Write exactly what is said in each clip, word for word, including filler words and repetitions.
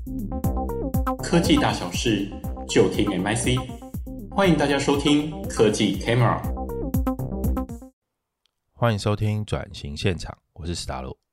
科技大小事，就听 M I C。欢迎大家收听科技 Camera。 欢迎收听转型现场，我是史达洛。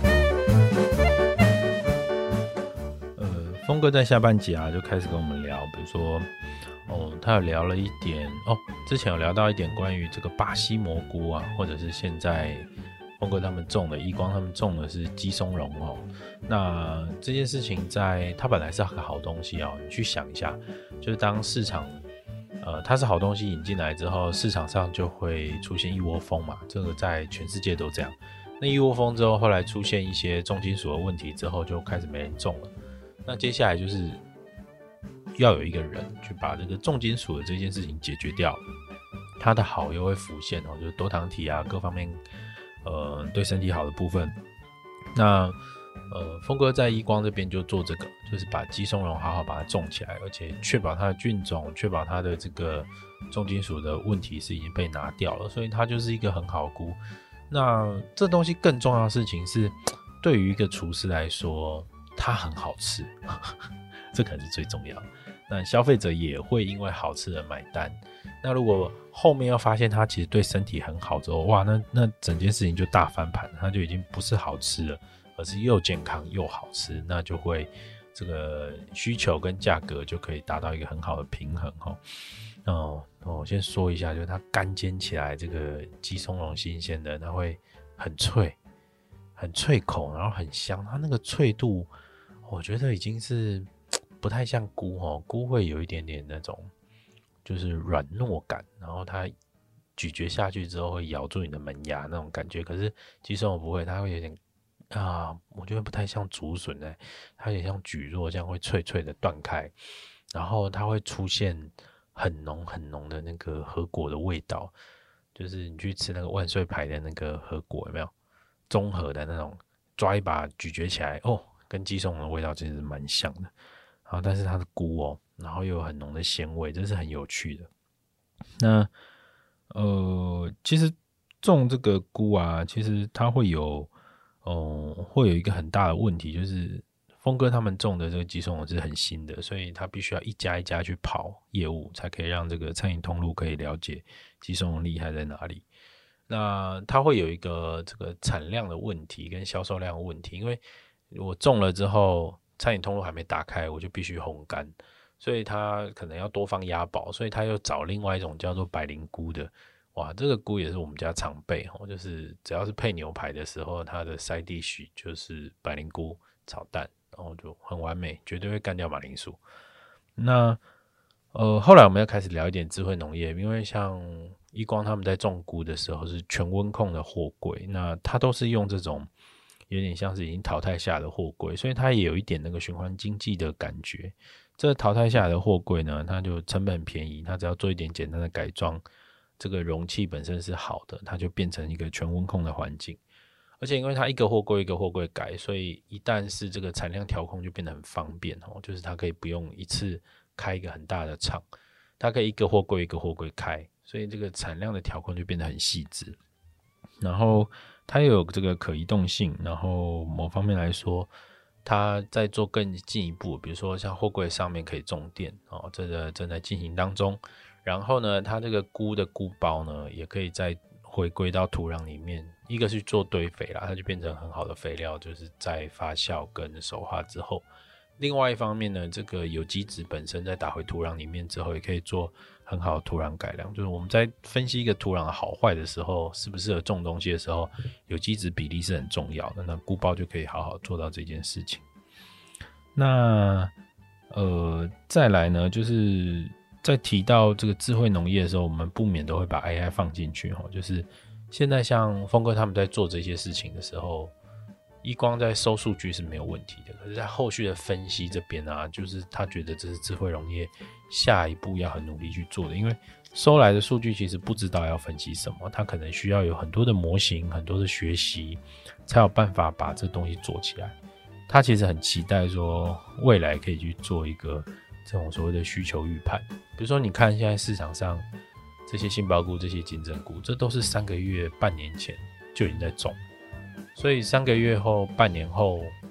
呃，峰哥在下半集啊就开始跟我们聊，比如说，哦，他有聊了一点哦，之前有聊到一点关于这个巴西蘑菇啊，或者是现在峰哥他们种的，一光他们种的是鸡松茸哦。那这件事情在它本来是个好东西哦，你去想一下，就是当市场。呃，它是好东西引进来之后，市场上就会出现一窝蜂嘛，这个在全世界都这样。那一窝蜂之后，后来出现一些重金属的问题之后，就开始没人种了。那接下来就是要有一个人去把这个重金属的这件事情解决掉，它的好又会浮现哦，就是多糖体啊，各方面呃对身体好的部分。那呃，峰哥在一光这边就做这个，就是把鸡松茸好好把它种起来，而且确保它的菌种，确保它的这个重金属的问题是已经被拿掉了，所以它就是一个很好的菇。那这东西更重要的事情是，对于一个厨师来说，它很好吃，这可能是最重要的。那消费者也会因为好吃而买单。那如果后面要发现它其实对身体很好之后，哇，那那整件事情就大翻盘，它就已经不是好吃了。而是又健康又好吃，那就会这个需求跟价格就可以达到一个很好的平衡哦。哦，我先说一下，就是它干煎起来，这个鸡松茸新鲜的，它会很脆，很脆口，然后很香。它那个脆度，我觉得已经是不太像菇哦，菇会有一点点那种就是软糯感，然后它咀嚼下去之后会咬住你的门牙那种感觉。可是鸡松茸不会，它会有点。啊，我觉得不太像竹笋哎，它有点像蒟蒻这样会脆脆的断开，然后它会出现很浓很浓的那个核果的味道，就是你去吃那个万岁牌的那个核果有没有？综合的那种，抓一把咀嚼起来哦，跟鸡松茸的味道其实蛮像的。啊，但是它的菇哦，然后又有很浓的鲜味，这是很有趣的。那呃，其实种这个菇啊，其实它会有。哦、嗯，会有一个很大的问题，就是峰哥他们种的这个鸡松茸是很新的，所以他必须要一家一家去跑业务，才可以让这个餐饮通路可以了解鸡松茸厉害在哪里。那它会有一个这个产量的问题跟销售量的问题，因为我种了之后，餐饮通路还没打开，我就必须烘干，所以它可能要多放押宝，所以他又找另外一种叫做百灵菇的。哇，这个菇也是我们家常备哦，就是只要是配牛排的时候，它的 side dish 就是百灵菇炒蛋，然后就很完美，绝对会干掉马铃薯。那呃，后来我们要开始聊一点智慧农业，因为像一光他们在种菇的时候是全温控的货柜，那它都是用这种有点像是已经淘汰下的货柜，所以它也有一点那个循环经济的感觉。这个淘汰下来的货柜呢，它就成本便宜，它只要做一点简单的改装。这个容器本身是好的，它就变成一个全温控的环境，而且因为它一个货柜一个货柜改，所以一旦是这个产量调控就变得很方便哦，就是它可以不用一次开一个很大的厂，它可以一个货柜一个货柜开，所以这个产量的调控就变得很细致。然后它又有这个可移动性，然后某方面来说，它在做更进一步，比如说像货柜上面可以种电哦，这个正在进行当中。然后呢，它这个菇的菇包呢，也可以再回归到土壤里面。一个是做堆肥啦，它就变成很好的肥料，就是在发酵跟熟化之后。另外一方面呢，这个有机质本身在打回土壤里面之后，也可以做很好的土壤改良。就是我们在分析一个土壤好坏的时候，适不适合种东西的时候，有机质比例是很重要的。那菇包就可以好好做到这件事情。那呃，再来呢，就是在提到这个智慧农业的时候，我们不免都会把 A I 放进去，就是现在像峰哥他们在做这些事情的时候，一光在收数据是没有问题的，可是在后续的分析这边啊，就是他觉得这是智慧农业下一步要很努力去做的，因为收来的数据其实不知道要分析什么，他可能需要有很多的模型，很多的学习，才有办法把这东西做起来。他其实很期待说未来可以去做一个这种所谓的需求预判，比如说你看现在市场上这些杏鲍菇、这些金针菇，这都是三个月、半年前就已经在种，所以三个月后、半年后，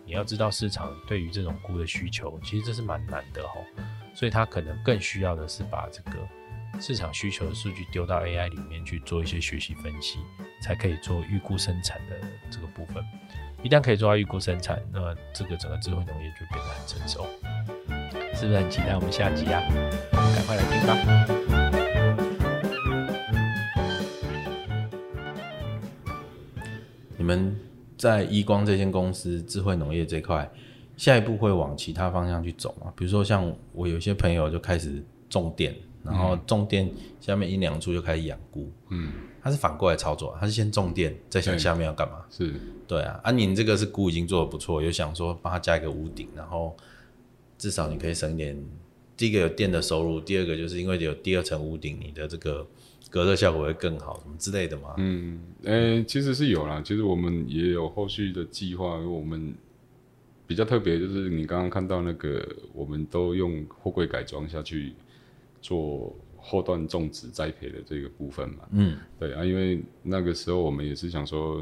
你要知道市场对于这种菇的需求，其实这是蛮难的齁。所以他可能更需要的是把这个市场需求的数据丢到 A I 里面去做一些学习分析，才可以做预估生产的这个部分。一旦可以做到预估生产，那这个整个智慧农业就变得很成熟。是不是很期待我们下集啊？赶快来听吧！ 你们在依光这间公司智慧农业这块，下一步会往其他方向去走吗？比如说像我有些朋友就开始种电，然后种电下面一两处就开始养菇，嗯，他是反过来操作，他是先种电，再想下面要干嘛？ 是， 对啊，啊，你这个是菇已经做得不错，又想说帮他加一个屋顶，然后至少你可以省一点。第一个有电的收入，第二个就是因为有第二层屋顶，你的这个隔热效果会更好，什么之类的吗？ 嗯，诶，其实是有啦，其实我们也有后续的计划，因为我们比较特别就是你刚刚看到那个，我们都用货柜改装下去做后段种植栽培的这个部分嘛。嗯，对啊，因为那个时候我们也是想说，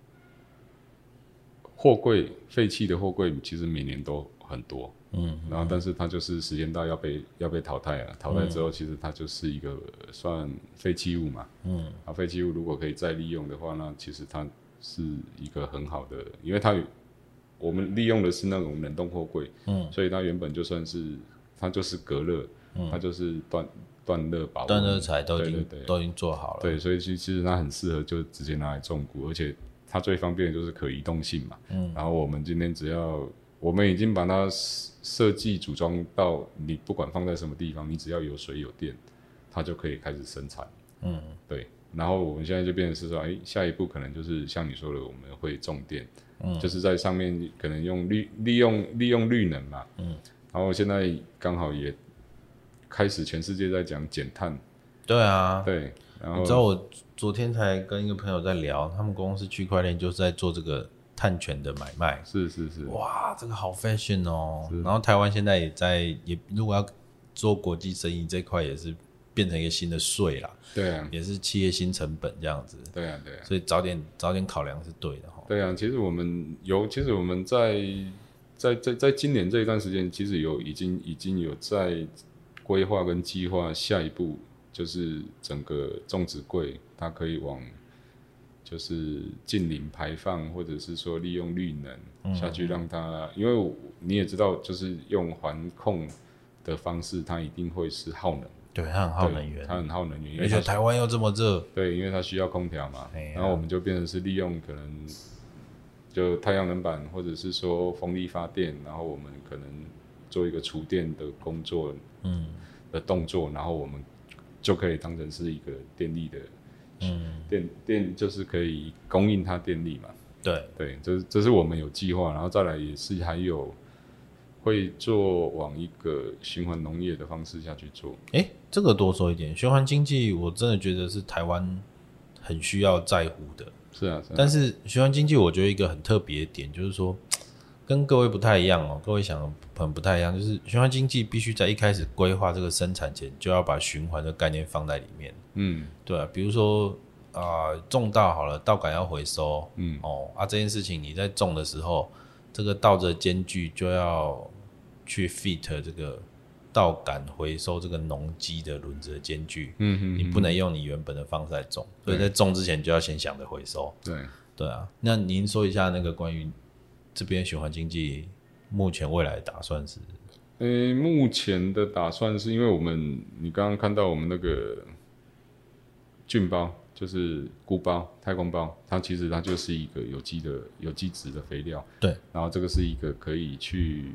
货柜废弃的货柜其实每年都很多。嗯，然后但是它就是时间到要被要被淘汰了，淘汰之后其实它就是一个算废弃物嘛，嗯，啊废弃物如果可以再利用的话，那其实它是一个很好的，因为它我们利用的是那种冷冻货柜，嗯，所以它原本就算是它就是隔热，嗯，它就是断断热保护， 断热材都已经对对对都已经做好了， 对，所以其实它很适合就直接拿来种菇，而且它最方便的就是可移动性嘛，嗯，然后我们今天只要我们已经把它设计组装到你不管放在什么地方，你只要有水有电，它就可以开始生产。嗯，对。然后我们现在就变成是说，哎，下一步可能就是像你说的，我们会种电，嗯，就是在上面可能用绿利用利用绿能嘛，嗯。然后现在刚好也开始全世界在讲减碳。 对啊， 对。然后你知道我昨天才跟一个朋友在聊，他们公司区块链就是在做这个碳权的买卖， 是是是， 哇，这个好 fashion 哦。然后台湾现在也在，也如果要做国际生意这块，也是变成一个新的税啦。 对啊， 也是企业新成本这样子。 对啊，对啊。 所以早点早点考量是对的哈。 对啊，其实我们有，其实我们在在在在今年这一段时间，其实有已经已经有在规划跟计划下一步，就是整个种植柜它可以往。就是近零排放，或者是说利用绿能下去让它，嗯、因为你也知道，就是用环控的方式，它一定会是耗能。 对，它很耗能源， 它很耗能源， 而且台湾又这么热。 对，因为它需要空调嘛，然后我们就变成是利用可能就太阳能板，或者是说风力发电，然后我们可能做一个储电的工作，嗯，的动作，然后我们就可以当成是一个电力的。嗯，电电就是可以供应它电力嘛。 对对，这这是我们有计划，然后再来也是还有会做往一个循环农业的方式下去做。 哎、欸，这个多说一点，循环经济我真的觉得是台湾很需要在乎的。 是啊，是啊。 但是循环经济我觉得一个很特别的点就是说，跟各位不太一样哦，各位想的很不太一样，就是循环经济必须在一开始规划这个生产前就要把循环的概念放在里面。嗯，对啊，比如说啊、呃，种稻好了，稻杆要回收，嗯，哦啊，这件事情你在种的时候，这个稻子的间距就要去 fit 这个稻杆回收这个农机的轮子的间距，嗯哼嗯哼，你不能用你原本的方式来种，所以在种之前就要先想着回收。 对， 对啊，那您说一下那个关于这边循环经济目前未来的打算是？ 呃，目前的打算是因为我们你刚刚看到我们那个。菌包就是菇包、太空包，它其实它就是一个有机的有机质的肥料。 对， 然后这个是一个可以去，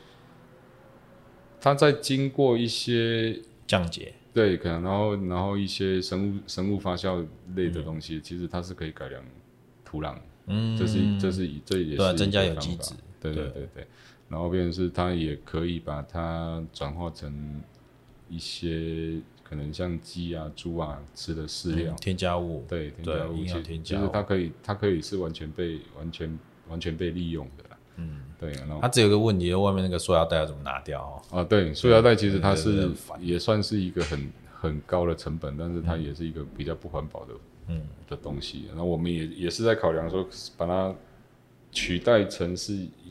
它在经过一些降解， 对，可能然后然后一些生物生物发酵类的东西，嗯、其实它是可以改良土壤。嗯，这是这是这也是对、啊、增加有机质。 对对对对，然后变成是它也可以把它转化成一些。可能像鸡啊、猪啊吃的饲料、 嗯，添加物， 对，添加物， 营养添加物， 其实它可以，它可以是完全被完全完全被利用的啦。嗯，对。然后它只有一个问题，外面那个塑料袋要怎么拿掉哦？ 啊，对，塑料袋其实它是也算是一个很很高的成本，但是它也是一个比较不环保的嗯的东西。然后我们也也是在考量说，把它取代成是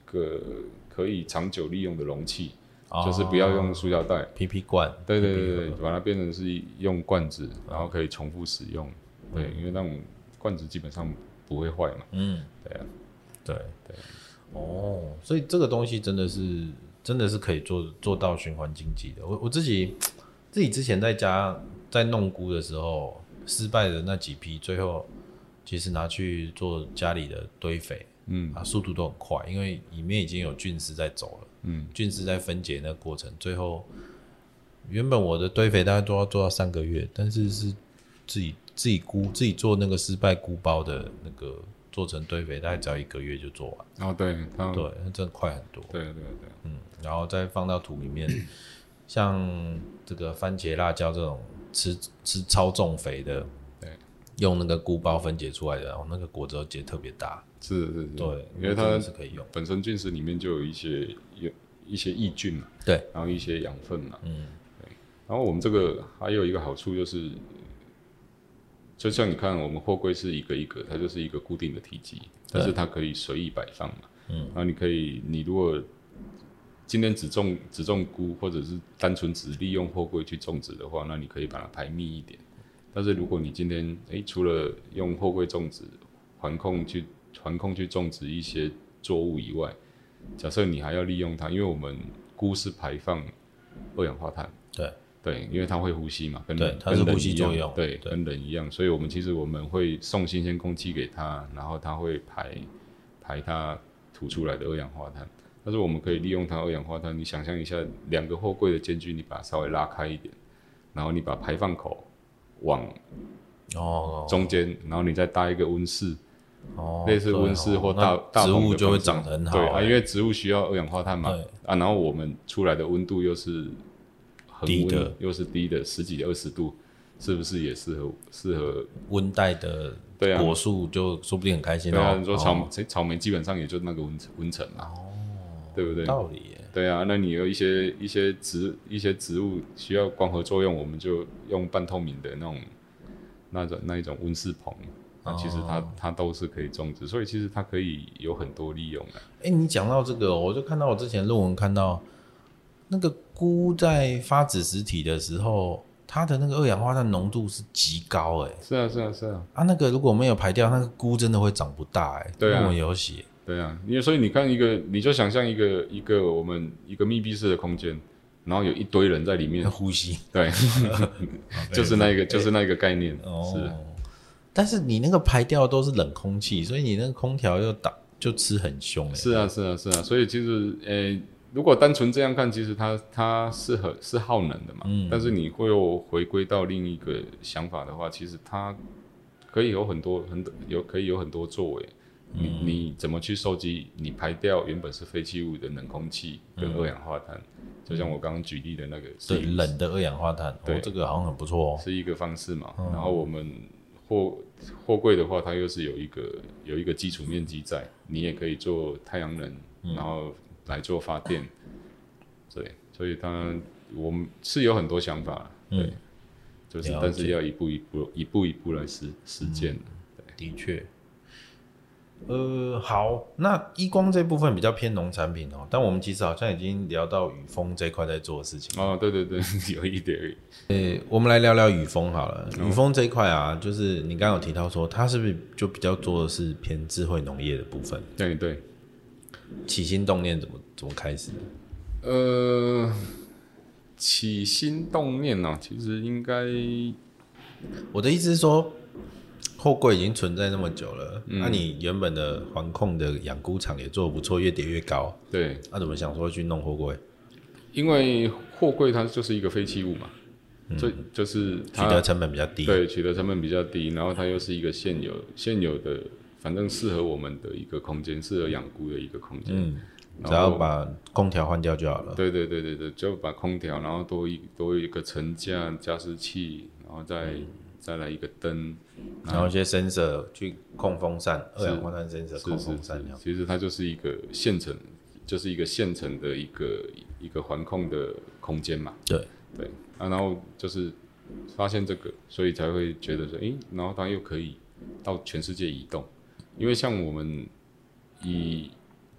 个可以长久利用的容器， 哦、 就是不要用塑胶袋 P P 罐， 对对对对，把它变成是用罐子，然后可以重复使用。对，因为那种罐子基本上不会坏嘛。 嗯， 对啊， 对对。哦，所以这个东西真的是真的是可以做做到循环经济的。我我自己自己之前在家在弄菇的时候，失败的那几批，最后其实拿去做家里的堆肥，嗯啊，速度都很快，因为里面已经有菌丝在走了，嗯，菌丝在分解那个过程，最后原本我的堆肥大概都要做到三个月，但是是自己自己菇自己做那个失败菇包的那个。做成堆肥大概只要一个月就做完。 哦，对， 对，那真的快很多。 对对对， 嗯，然后再放到土里面，像这个番茄、辣椒这种吃吃超重肥的， 对， 用那个菇包分解出来的，然后那个果子结特别大。 是是是， 对， 因为它是可以用， 本身菌丝里面就有一些有一些益菌嘛， 对， 然后一些养分嘛， 嗯， 对，然后我们这个还有一个好处就是。就像你看，我们货柜是一个一个，它就是一个固定的体积，但是它可以随意摆放嘛。嗯，然后你可以，你如果今天只种只种菇，或者是单纯只利用货柜去种植的话，那你可以把它排密一点。但是如果你今天哎除了用货柜种植，环控去环控去种植一些作物以外，假设你还要利用它，因为我们菇是排放二氧化碳。 对。 对，因为它会呼吸嘛，跟人它是呼吸作用， 对，对跟人一样，所以我们其实我们会送新鲜空气给它，然后它会排排它吐出来的二氧化碳。但是我们可以利用它二氧化碳，你想象一下，两个货柜的间距，你把它稍微拉开一点，然后你把排放口往哦中间，然后你再搭一个温室， 哦， 类似温室或大、 哦、 大植物就会长得很好， 对啊，因为植物需要二氧化碳嘛，啊，然后我们出来的温度又是。 低的又是低的，十几二十度，是不是也适合适合温带的果树？就说不定很开心哦。 对啊，你说草、哦、草莓基本上也就那个温温层嘛，哦，对不对？ 道理耶。 对啊，那你有一些一些植一些植物需要光合作用，我们就用半透明的那种那种那一种温室棚，那其实它、哦、它都是可以种植，所以其实它可以有很多利用的。 哎，你讲到这个，我就看到我之前论文看到。那个菇在发子实体的时候，它的那个二氧化碳浓度是极高哎、欸。 是啊是啊是啊。 啊，那个如果没有排掉，那个菇真的会长不大哎、欸。 对啊。 论文有写。 对啊，因为所以你看一个，你就想象一个一个我们一个密闭式的空间，然后有一堆人在里面呼吸。 对，就是那个就是那个概念。哦。是。 但是你那个排掉都是冷空气，所以你那个空调又打就吃很凶哎、欸。 是啊是啊是啊，所以其实诶。欸如果单纯这样看，其实它它是很是耗能的嘛，嗯、但是你会又回归到另一个想法的话，其实它可以有很多很有可以有很多作为。嗯、你你怎么去收集你排掉原本是废弃物的冷空气跟二氧化碳？嗯、就像我刚刚举例的那个， 对冷的二氧化碳，对、哦、这个好像很不错哦， 是一个方式嘛。嗯、然后我们货货柜的话，它又是有一个有一个基础面积在，你也可以做太阳能，嗯、然后。来做发电，对，所以当然我们是有很多想法，对，嗯、就是但是要一步一步、一步一步来实实践、 嗯。的确，呃，好，那依光这部分比较偏农产品哦，但我们其实好像已经聊到雨峰这一块在做的事情哦，对对对，有一点而已。 呃，我们来聊聊雨峰好了。雨峰这一块啊，就是你刚刚有提到说，它是不是就比较做的是偏智慧农业的部分？ 对对。 起心动念怎么怎么开始？ 呃，起心动念呢、啊，其实应该， 我的意思是说，货柜已经存在那么久了，那、嗯啊、你原本的环控的养菇场也做得不错，越叠越高， 对， 那、啊、怎么想说去弄货柜？ 因为货柜它就是一个废弃物嘛，所以、嗯、就是取得成本比较低， 对，取得成本比较低，然后它又是一个现有现有的。反正适合我们的一个空间，适合养菇的一个空间。嗯， 只要把空调换掉就好了。 对对对对对，就把空调，然后多一多一个层架、加湿器，然后再、嗯、再来一个灯， 然后一些 sensor 去控风扇，二氧化碳 sensor 控风扇。 其实它就是一个现成，就是一个现成的一个一个环控的空间嘛。 对对啊，然后就是发现这个，所以才会觉得说，诶，然后它又可以到全世界移动。因为像我们以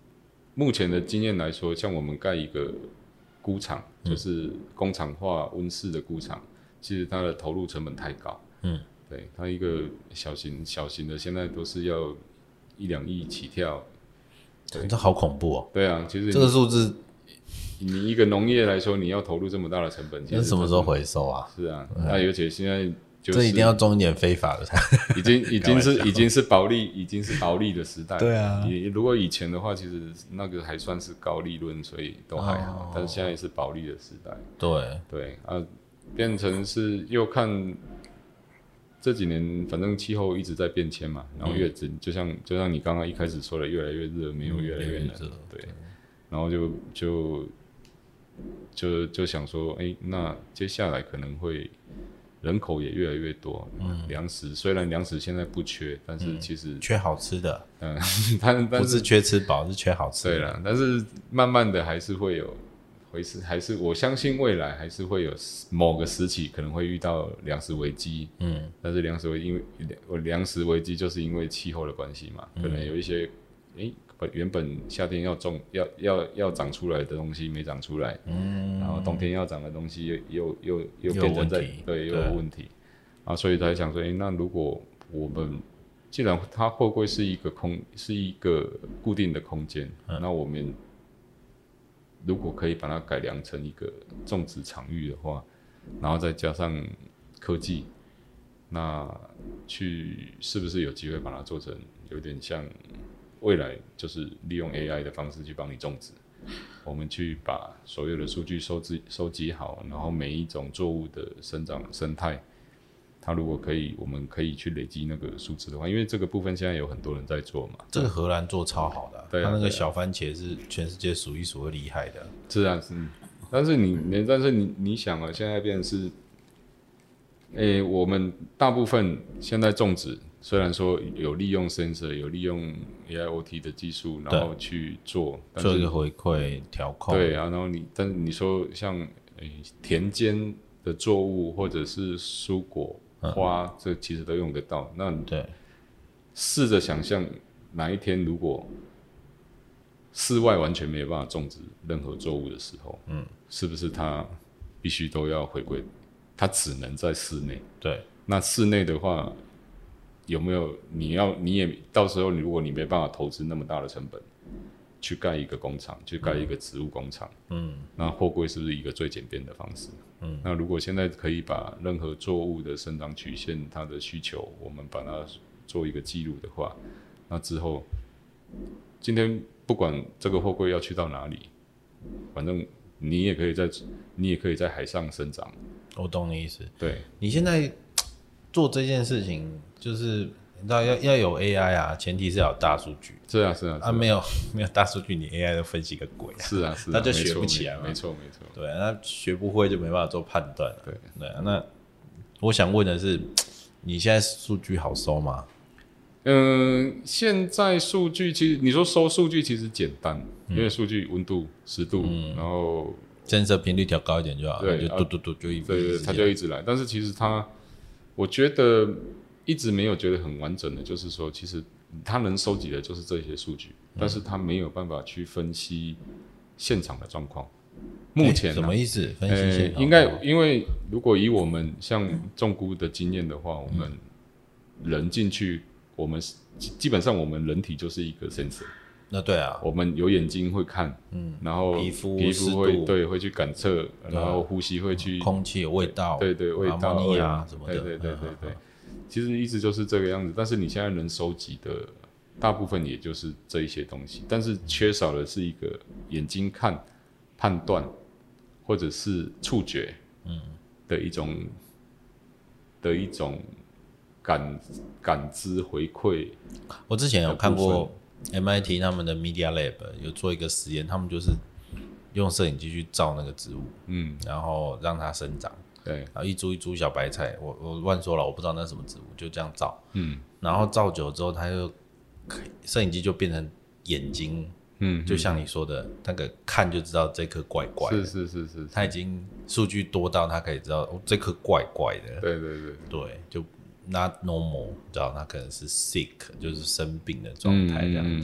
目前的经验来说，像我们盖一个菇场，嗯、就是工厂化温室的菇场，其实它的投入成本太高。嗯，对，它一个小型小型的，现在都是要一两亿起跳。 这好恐怖哦！ 对啊，其实这个数字， 你一个农业来说，你要投入这么大的成本， 那什么时候回收啊？ 是啊，那而且现在就是这一定要种一点非法的才， 已经已经是已经是薄利，已经是薄利的时代。 对啊， 你如果以前的话，其实那个还算是高利润，所以都还好。哦、但是现在是薄利的时代。 对对啊，变成是又看。这几年反正气候一直在变迁嘛，然后越直、嗯、就像就像你刚刚一开始说的，越来越热，没有越来越冷，嗯、对，然后就就就就想说，哎，那接下来可能会人口也越来越多，嗯，粮食虽然粮食现在不缺，但是其实、 嗯、缺好吃的， 嗯，但但不是缺吃饱，是缺好吃的， 对啦，但是慢慢的还是会有。回事还是我相信未来还是会有某个时期可能会遇到粮食危机，嗯，但是粮食危因为粮食危机就是因为气候的关系嘛，嗯、可能有一些诶原本夏天要种要要要长出来的东西没长出来，嗯，然后冬天要长的东西又又又又变成在对又有问题啊，所以才想说，诶，那如果我们既然它货柜是一个空是一个固定的空间，嗯、那我们如果可以把它改良成一个种植场域的话，然后再加上科技，那去是不是有机会把它做成有点像未来就是利用 A I 的方式去帮你种植？我们去把所有的数据收集收集好，然后每一种作物的生长生态，它如果可以，我们可以去累积那个数字的话，因为这个部分现在有很多人在做嘛。 这个荷兰做超好的、啊， 对啊， 他那个小番茄是全世界数一数二厉害的。 是啊，是。但是你，但是你，你想啊，现在变成是，诶，我们大部分现在种植，虽然说有利用 sensor， 有利用 A I O T 的技术，然后去做， 做一个回馈调控。 对啊，然后你，但是你说像诶田间的作物或者是蔬果。花、嗯、这其实都用得到。那对， 试着想象哪一天如果室外完全没有办法种植任何作物的时候，嗯，是不是它必须都要回归？它只能在室内。 对， 那室内的话，有没有你要你也到时候如果你没办法投资那么大的成本去盖一个工厂，去盖一个植物工厂，嗯，那货柜是不是一个最简便的方式？嗯，那如果现在可以把任何作物的生长曲线、它的需求，我们把它做一个记录的话，那之后，今天不管这个货柜要去到哪里，反正你也可以在你也可以在海上生长。 我懂你意思。 对， 你现在做这件事情，就是你知道要要有 A I 啊，前提是要有大数据。 是啊，是啊，是啊， 啊没有没有大数据，你 A I 都分析个鬼啊！ 是啊，是啊， 那就学不起来嘛。 没错，没错。 对，那学不会就没办法做判断。 对对，那我想问的是，你现在数据好收吗？ 嗯，现在数据其实你说收数据其实简单，嗯、因为数据温度、湿度，嗯、然后监测频率调高一点就好， 对， 就嘟嘟嘟就一对对，它就一直来。但是其实它，我觉得一直没有觉得很完整的，就是说，其实它能收集的就是这些数据，嗯、但是它没有办法去分析现场的状况。目前、啊欸、什么意思？分析现场、 欸、应该因为如果以我们像种菇的经验的话，我们人进去。我们基本上我们人体就是一个 sensor， 那对啊， 我们有眼睛会看，嗯，然后皮肤皮肤会对会去感测，然后呼吸会去， 空气有味道， 对对味道啊什么的， 对对对对对，其实一直就是这个样子。但是你现在能收集的大部分也就是这一些东西，但是缺少的是一个眼睛看、判断或者是触觉，嗯的一种的一种。感感知回馈， 我之前有看过 M I T 他们的 Media Lab 有做一个实验，他们就是用摄影机去照那个植物，嗯，然后让它生长， 对， 然后一株一株小白菜，我我乱说了，我不知道那是什么植物，就这样照，嗯，然后照久之后，它就摄影机就变成眼睛，嗯，就像你说的那个看就知道这颗怪怪的， 是是是 是, 是， 它已经数据多到它可以知道、哦、这颗怪怪的， 对对对对，就。Not normal， 知道他可能是 sick， 就是生病的状态这样子。嗯嗯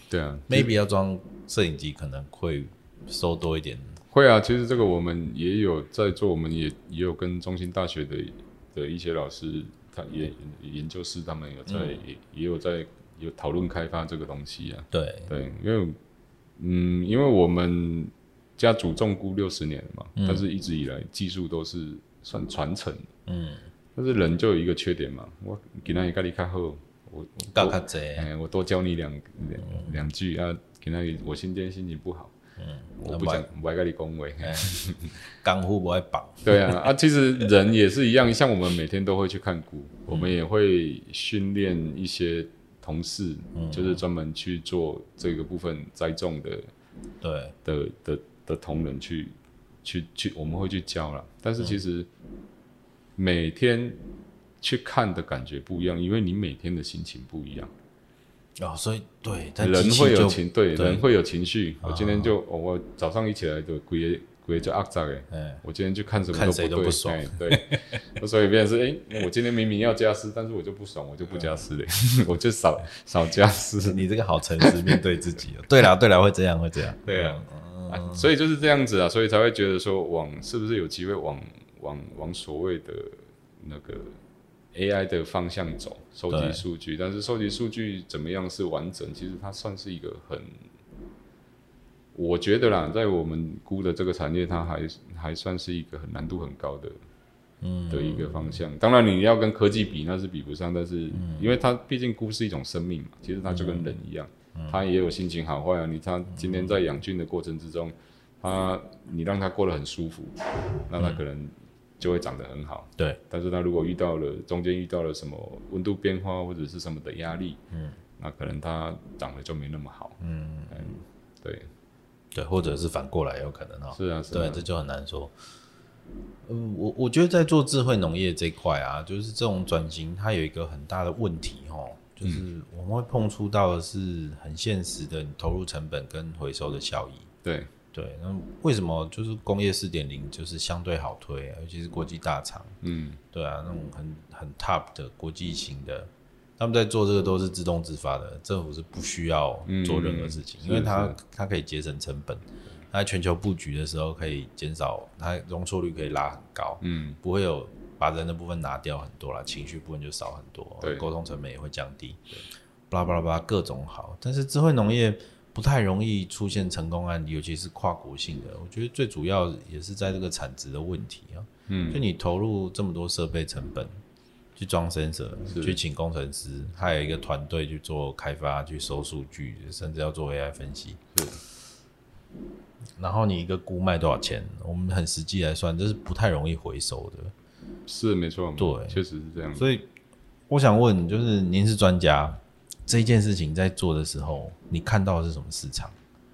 对啊 ，maybe 要装摄影机可能会收多一点。 会啊，其实这个我们也有在做，我们也也有跟中兴大学的的一些老师，他也研究室他们有在、嗯、也也有在有讨论开发这个东西啊。 对对，因为嗯，因为我们家主种菇六十年了嘛、嗯，但是一直以来技术都是算传承，嗯，但是人就有一个缺点嘛，我今天跟你较好，我教较济， 哎，我多教你两两两、嗯、句啊，今天我今天心情不好。嗯，我不想不爱跟你恭维， 功夫不爱绑。 对啊，啊，其实人也是一样，像我们每天都会去看菇、嗯，我们也会训练一些同事、嗯，就是专门去做这个部分栽种的， 对的的的同仁去去去，我们会去教啦。但是其实每天去看的感觉不一样，因为你每天的心情不一样。 哦，所以对， 人会有情，对，人会有情绪。我今天就、哦、我早上一起来就规个规就阿杂哎，我今天去看什么都不对， 看谁都不爽， 对，所以变成是哎、欸，我今天明明要加湿，但是我就不爽，我就不加湿嘞，我就少少加湿。 你这个好诚实面对自己哦。对啦，对啦，会这样，会这样， 对啊、嗯、啊，所以就是这样子啊，所以才会觉得说往是不是有机会往往往所谓的那个。A I 的方向走，收集数据，但是收集数据怎么样是完整？其实它算是一个很，我觉得啦，在我们菇的这个产业，它还还算是一个很难度很高的，嗯，的一个方向。当然你要跟科技比，那是比不上，但是、嗯、因为它毕竟菇是一种生命嘛，其实它就跟人一样，嗯、它也有心情好坏啊。你它今天在养菌的过程之中，它你让它过得很舒服，那它可能。就会长得很好， 对。 但是它如果遇到了中间遇到了什么温度变化或者是什么的压力，嗯，那可能它长得就没那么好，嗯嗯，对， 对，或者是反过来有可能哦。 是啊，是啊， 对，这就很难说。嗯，我我觉得在做智慧农业这一块啊，就是这种转型，它有一个很大的问题哦，就是我们会碰触到的是很现实的投入成本跟回收的效益， 对。 对，那为什么就是工业 四点零 就是相对好推，尤其是国际大厂，嗯，对啊，那种很很 top 的国际型的，他们在做这个都是自动自发的，政府是不需要做任何事情，嗯、因为它它可以节省成本，它在全球布局的时候可以减少，它容错率可以拉很高，嗯，不会有把人的部分拿掉很多啦，情绪部分就少很多，沟通成本也会降低，巴拉巴拉巴拉各种好，但是智慧农业。不太容易出现成功案例，尤其是跨国性的。我觉得最主要也是在这个产值的问题啊。嗯，就你投入这么多设备成本，去装 sensor， 去请工程师，还有一个团队去做开发、去收数据，甚至要做 A I 分析。是。然后你一个菇卖多少钱？我们很实际来算，这是不太容易回收的。 是没错， 对， 确实是这样。 所以我想问，就是您是专家。这一件事情在做的时候，你看到的是什么市场？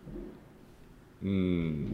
嗯，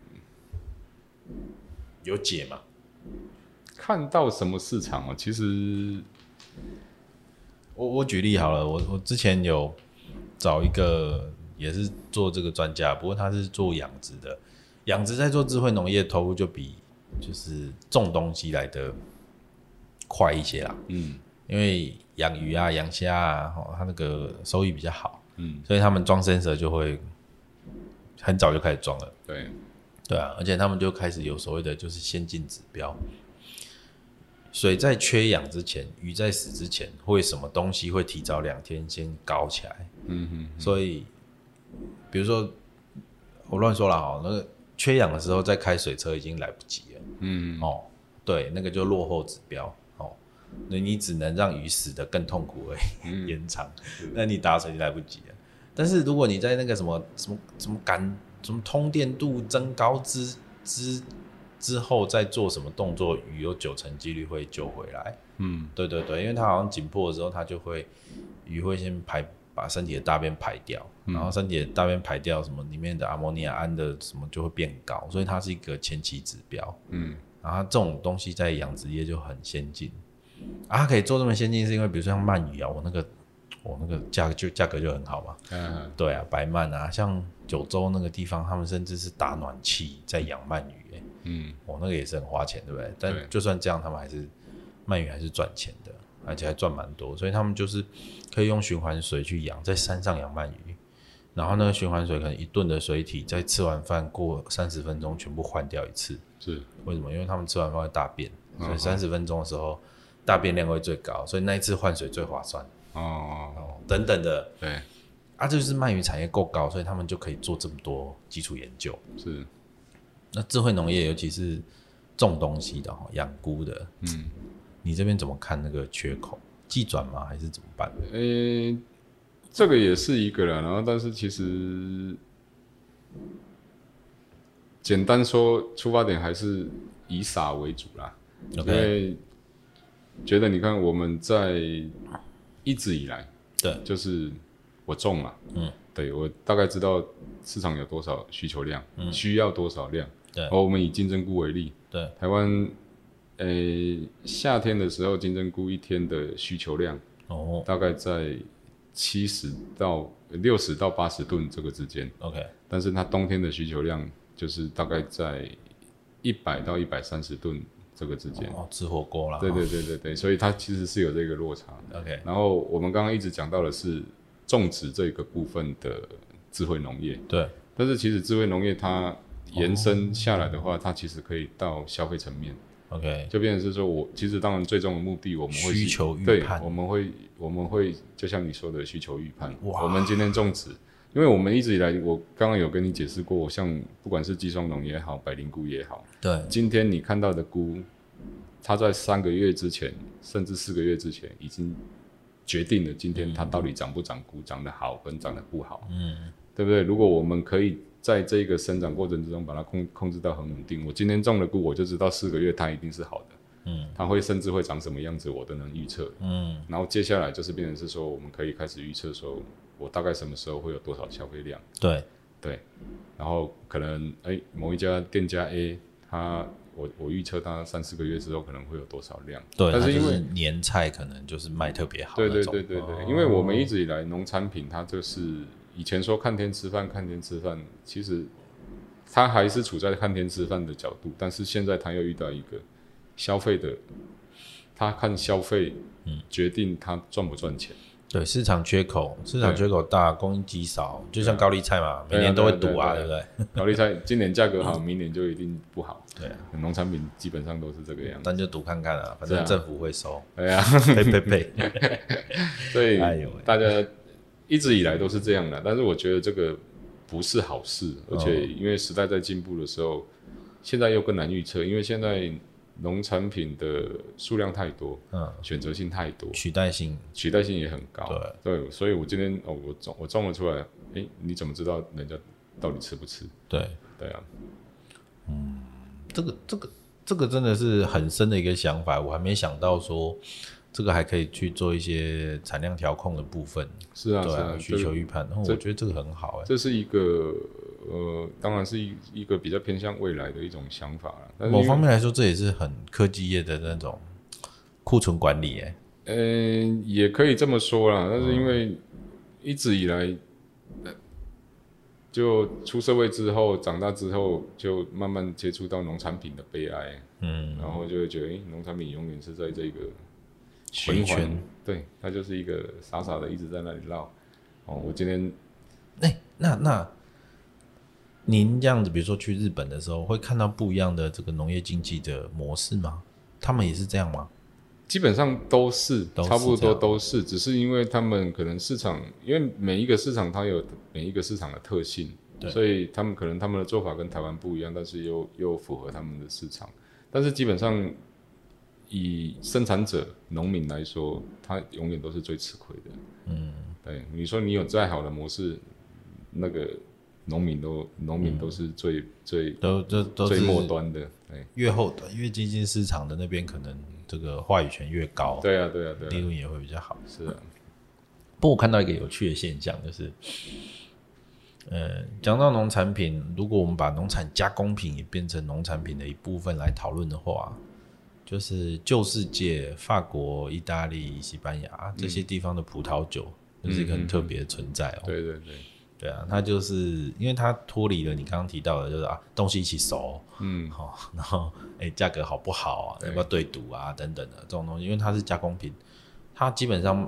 有解吗？ 看到什么市场啊？其实， 我我举例好了，我我之前有找一个也是做这个专家，不过他是做养殖的，养殖在做智慧农业投入就比就是种东西来的快一些啦。嗯。因为养鱼啊、养虾啊，它那个收益比较好，嗯，所以他们装 sensor 就会很早就开始装了， 对， 对啊，而且他们就开始有所谓的就是先进指标，水在缺氧之前，鱼在死之前，会什么东西会提早两天先高起来，嗯哼哼，所以比如说我乱说了哈，那个缺氧的时候再开水车已经来不及了，嗯，哦，对，那个就落后指标。那你只能让鱼死得更痛苦而已，嗯、延长，那你达成就来不及了。但是如果你在那个什么什么什么感什么通电度增高之之之后再做什么动作，鱼有九成几率会救回来。嗯，对对对，因为它好像紧迫的时候，它就会鱼会先排把身体的大便排掉，嗯、然后身体的大便排掉，什么里面的阿摩尼亚胺的什么就会变高，所以它是一个前期指标。嗯，然后这种东西在养殖业就很先进。啊，它可以做这么先进，是因为比如说像鳗鱼啊，我那个我那个价格就价格就很好嘛。嗯，对啊，白鳗啊，像九州那个地方，他们甚至是打暖气在养鳗鱼、欸，嗯，我、哦、那个也是很花钱，对不对？但就算这样，他们还是鳗鱼还是赚钱的，而且还赚蛮多，所以他们就是可以用循环水去养，在山上养鳗鱼， 然后那个循环水可能一顿的水体，在吃完饭过三十分钟全部换掉一次。 是为什么？因为他们吃完饭会大便，所以三十分钟的时候大便量会最高，所以那一次换水最划算。 哦哦哦，等等的。 对， 啊，这就是鳗鱼产业够高，所以他们就可以做这么多基础研究。 是。 那智慧农业，尤其是种东西的、养菇的， 嗯， 你这边怎么看那个缺口？技转吗？还是怎么办？ 诶、欸，这个也是一个啦。然后，但是其实简单说，出发点还是以撒为主啦。Okay. 因为觉得你看我们在一直以来， 对， 就是我种嘛，嗯，对我大概知道市场有多少需求量，嗯，需要多少量。对，而我们以金针菇为例， 对， 台湾。诶，夏天的时候，金针菇一天的需求量，哦，大概在七十到六十到八十吨这个之间。 OK， 但是它冬天的需求量就是大概在一百到一百三十吨这个之间。 哦，吃火锅啦。 对对对对对，所以它其实是有这个落差。 OK， 然后我们刚刚一直讲到的是种植这个部分的智慧农业。 对， 但是其实智慧农业它延伸下来的话，哦，它其实可以到消费层面。 OK， 就变成是说我其实当然最终的目的我们会需求预判， 对，我们会我们会就像你说的需求预判。我们今天种植，因为我们一直以来，我刚刚有跟你解释过，像不管是姬双龙也好，百灵菇也好， 对， 今天你看到的菇，它在三个月之前，甚至四个月之前，已经决定了今天它到底长不长菇，长得好跟长得不好，嗯，对不对？如果我们可以在这个生长过程之中把它控控制到很稳定，我今天种的菇，我就知道四个月它一定是好的，嗯，它会甚至会长什么样子，我都能预测，嗯，然后接下来就是变成是说，我们可以开始预测说，我大概什么时候会有多少消费量， 对对，然后可能哎某一家店家 A， 它我我预测它三四个月之后可能会有多少量， 对， 但是因为年菜可能就是卖特别好， 对对对对对，哦，因为我们一直以来农产品它就是。以前说看天吃饭，看天吃饭，其实它还是处在看天吃饭的角度，但是现在它又遇到一个消费的，他看消费，嗯，决定它赚不赚钱。 对，市场缺口，市场缺口大，供应极少，就像高丽菜嘛，每年都会赌啊，对不对？ 高丽菜今年价格好，明年就一定不好。对啊，农产品基本上都是这个样子。 但就赌看看啊，反正政府会收。 对啊， 呸呸呸！ 所以大家。一直以来都是这样的，但是我觉得这个不是好事，而且因为时代在进步的时候，现在又更难预测，因为现在农产品的数量太多，嗯，选择性太多， 取代性取代性也很高， 对， 对，所以我今天哦，我种我种了出来，哎，你怎么知道人家到底吃不吃？ 对， 对啊， 嗯，这个这个这个真的是很深的一个想法，我还没想到说。这个还可以去做一些产量调控的部分， 是啊， 对啊， 是啊， 需求预判，我觉得这个很好， 这是一个呃，当然是一一个比较偏向未来的一种想法啦。 某方面来说，这也是很科技业的那种库存管理，哎， 嗯，也可以这么说啦。但是因为一直以来，就出社会之后，长大之后，就慢慢接触到农产品的悲哀，嗯，然后就会觉得，哎，农产品永远是在这个。循环，对，它就是一个傻傻的一直在那里绕。哦，我今天， 哎、欸，那那您这样子，比如说去日本的时候，会看到不一样的这个农业经济的模式吗？他们也是这样吗？ 基本上都是，都是差不多都是，只是因为他们可能市场，因为每一个市场它有每一个市场的特性，所以他们可能他们的做法跟台湾不一样，但是又又符合他们的市场。但是基本上。以生产者、农民来说，他永远都是最吃亏的。嗯，对，你说你有再好的模式，那个农民都农民都是最、嗯、最都都都是最末端的。对， 越后端，越接近市场的那边，可能这个话语权越高。 对啊，对啊，对啊， 利润也会比较好。 是啊。 不过我看到一个有趣的现象，就是，呃，讲到农产品，如果我们把农产加工品也变成农产品的一部分来讨论的话。就是旧世界，法国、意大利、西班牙这些地方的葡萄酒，就、嗯、是一个很特别的存在哦。 对对对， 对啊，它就是因为它脱离了你刚刚提到的，就是啊东西一起熟，嗯，好、哦，然后哎价格好不好啊，要不要对赌啊等等的这种东西，因为它是加工品，它基本上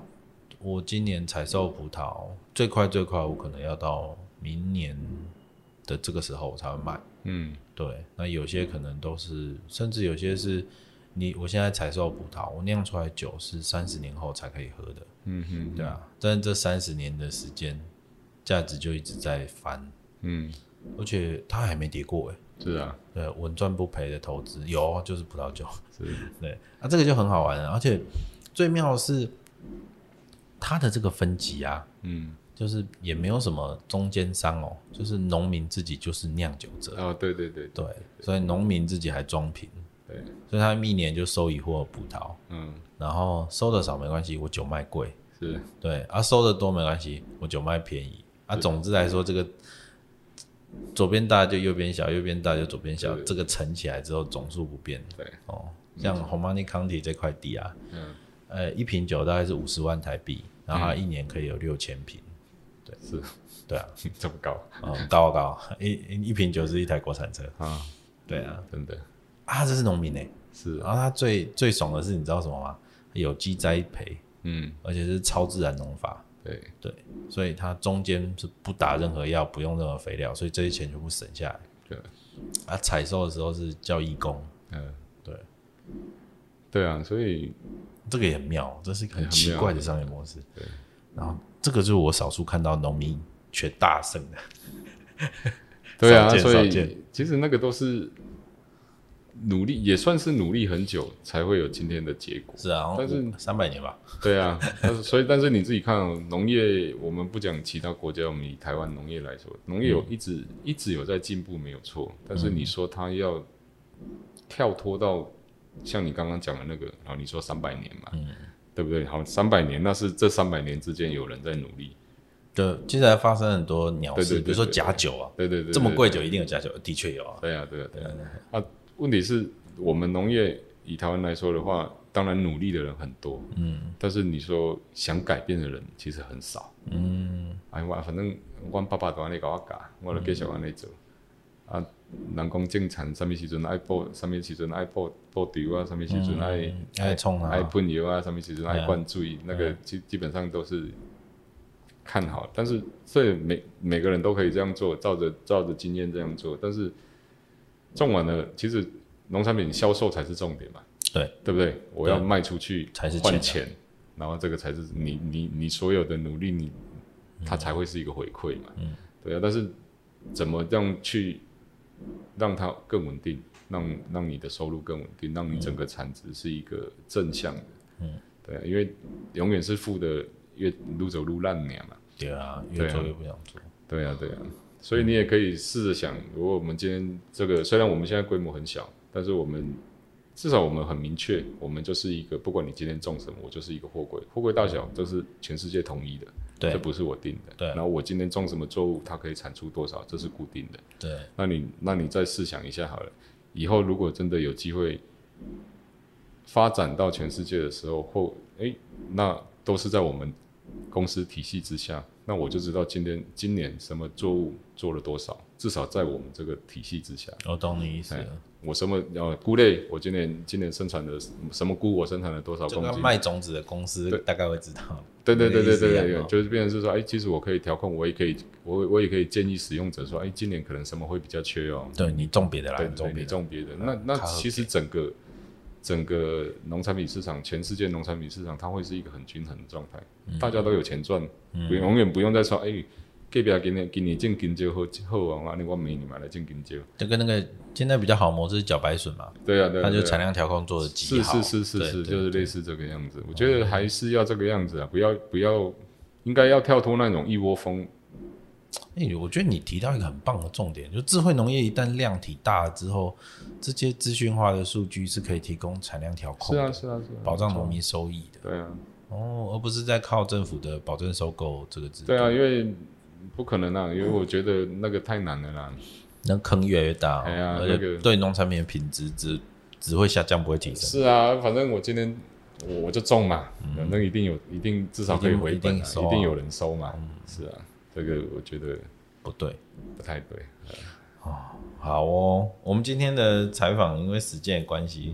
我今年采收葡萄最快最快，我可能要到明年的这个时候我才会卖。 嗯， 对，那有些可能都是，甚至有些是你我现在采收葡萄，我酿出来酒是三十年后才可以喝的。 嗯哼， 对啊，但是这三十年的时间，价值就一直在翻。 嗯， 而且它还没跌过哎。 是啊， 对，稳赚不赔的投资有，就是葡萄酒。 是， 对，啊，这个就很好玩了，而且最妙的是它的这个分级啊， 嗯， 就是也没有什么中间商哦，就是农民自己就是酿酒者。 哦，对对对对，所以农民自己还装瓶。 对， 所以他一年就收一货葡萄， 嗯， 然后收的少没关系，我酒卖贵。 是， 对，啊，收的多没关系，我酒卖便宜。啊，总之来说，这个左边大就右边小，右边大就左边小，这个乘起来之后总数不变。 对， 哦，像 Homani County 这块地啊， 嗯， 呃，一瓶酒大概是五十万台币，然后它一年可以有六千瓶。对， 是， 对啊， 这么高， 嗯，高高，一一瓶酒是一台国产车啊， 对啊， 真的啊，这是农民诶， 是， 然后他最最爽的是你知道什么吗？有机栽培， 嗯， 而且是超自然农法。 对对，所以它中间是不打任何药，不用任何肥料，所以这些钱全部省下来。 对， 啊，采收的时候是叫义工。 嗯， 对， 对啊，所以这个也很妙，这是一个很奇怪的商业模式。 对， 然后这个就是我少数看到农民却大胜的。 对啊，所以其实那个都是努力，也算是努力很久才会有今天的结果。 是啊， 但是三百年吧。 对啊，但是所以但是你自己看、哦，农业我们不讲其他国家，我们以台湾农业来说，农业有一直、嗯、一直有在进步，没有错。但是你说它要跳脱到像你刚刚讲的那个，然后你说三百年嘛，嗯、对不对？好，三百年那是这三百年之间有人在努力。 就接下来发生很多鸟事， 对对对对对， 比如说假酒啊， 对对 对, 对, 对, 对， 这么贵酒一定有假酒，的确有啊。 对啊，对啊，对啊。啊，问题是我们农业以台湾来说的话，当然努力的人很多，嗯，但是你说想改变的人其实很少，嗯，哎，我反正我爸爸都安尼教我教，我就继续安尼做。嗯、啊，人讲种田，什么时阵爱补，什么时阵爱补补稻啊，什么时阵爱爱冲啊， 爱喷药啊，什么时阵爱灌水，那个基基本上都是看好，但是所以每每个人都可以这样做，照着照着经验这样做，但是种完了，其实农产品销售才是重点嘛， 对对不对？我要卖出去才是换钱，然后这个才是你你你所有的努力，你它才会是一个回馈嘛，嗯，对啊。但是怎么样去让它更稳定，让让你的收入更稳定，让你整个产值是一个正向的，嗯，对啊，因为永远是负的。越愈走愈烂鸟嘛， 对啊，越做越不想做。 对啊，对啊，所以你也可以试着想，如果我们今天这个，虽然我们现在规模很小，但是我们至少我们很明确，我们就是一个，不管你今天种什么，我就是一个货柜，货柜大小这是全世界统一的， 对， 这不是我定的。 对， 然后我今天种什么作物，它可以产出多少，这是固定的。 对， 那你那你再试想一下好了，以后如果真的有机会发展到全世界的时候，或哎，那都是在我们公司体系之下，那我就知道今天今年什么作物做了多少，至少在我们这个体系之下。 我懂你意思了。 我什么呃菇类，我今年今年生产的什么菇，我生产了多少公斤？ 卖种子的公司大概会知道。 对对对对对对，对就是变成是说，哎，其实我可以调控，我也可以，我我也可以建议使用者说，哎，今年可能什么会比较缺哦。 对你种别的啦， 对对，你种别的。那那其实整个。整个农产品市场，全世界农产品市场，它会是一个很均衡的状态，嗯、大家都有钱赚，嗯、永远不用再说，哎，隔壁今年今年种香蕉好好啊，那我明年买来种香蕉。 就跟那个现在比较好模式是茭白笋嘛， 对啊，对啊， 它就产量调控做的极好， 是是是是是，就是类似这个样子。我觉得还是要这个样子啊，不要不要，应该要跳脱那种一窝蜂。 欸、我觉得你提到一个很棒的重点，就智慧农业一旦量体大了之后，这些资讯化的数据是可以提供产量调控的， 是啊是啊是啊， 保障农民收益的。 对啊， 哦，而不是在靠政府的保证收购这个制度。 对啊，因为不可能啊，因为我觉得那个太难了啦， 那坑越来越大、哦， 哎呀， 而且对农产品的品质只只会下降，不会提升。 是啊，反正我今天我我就种嘛，嗯、那一定有，一定至少可以回本、啊，一 定, 一定有人收嘛。嗯、是啊，这个我觉得。 不对， 不太对。 哦，好哦，我们今天的采访因为时间的关系，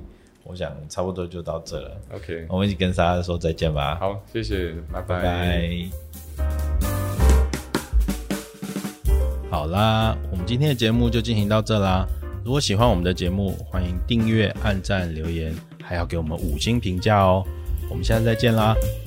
我想差不多就到这了。 OK， 我们一起跟大家说再见吧。 好，谢谢，拜拜。 拜拜。 好啦，我们今天的节目就进行到这啦。如果喜欢我们的节目，欢迎订阅、按赞、留言，还要给我们五星评价哦。我们下次再见啦，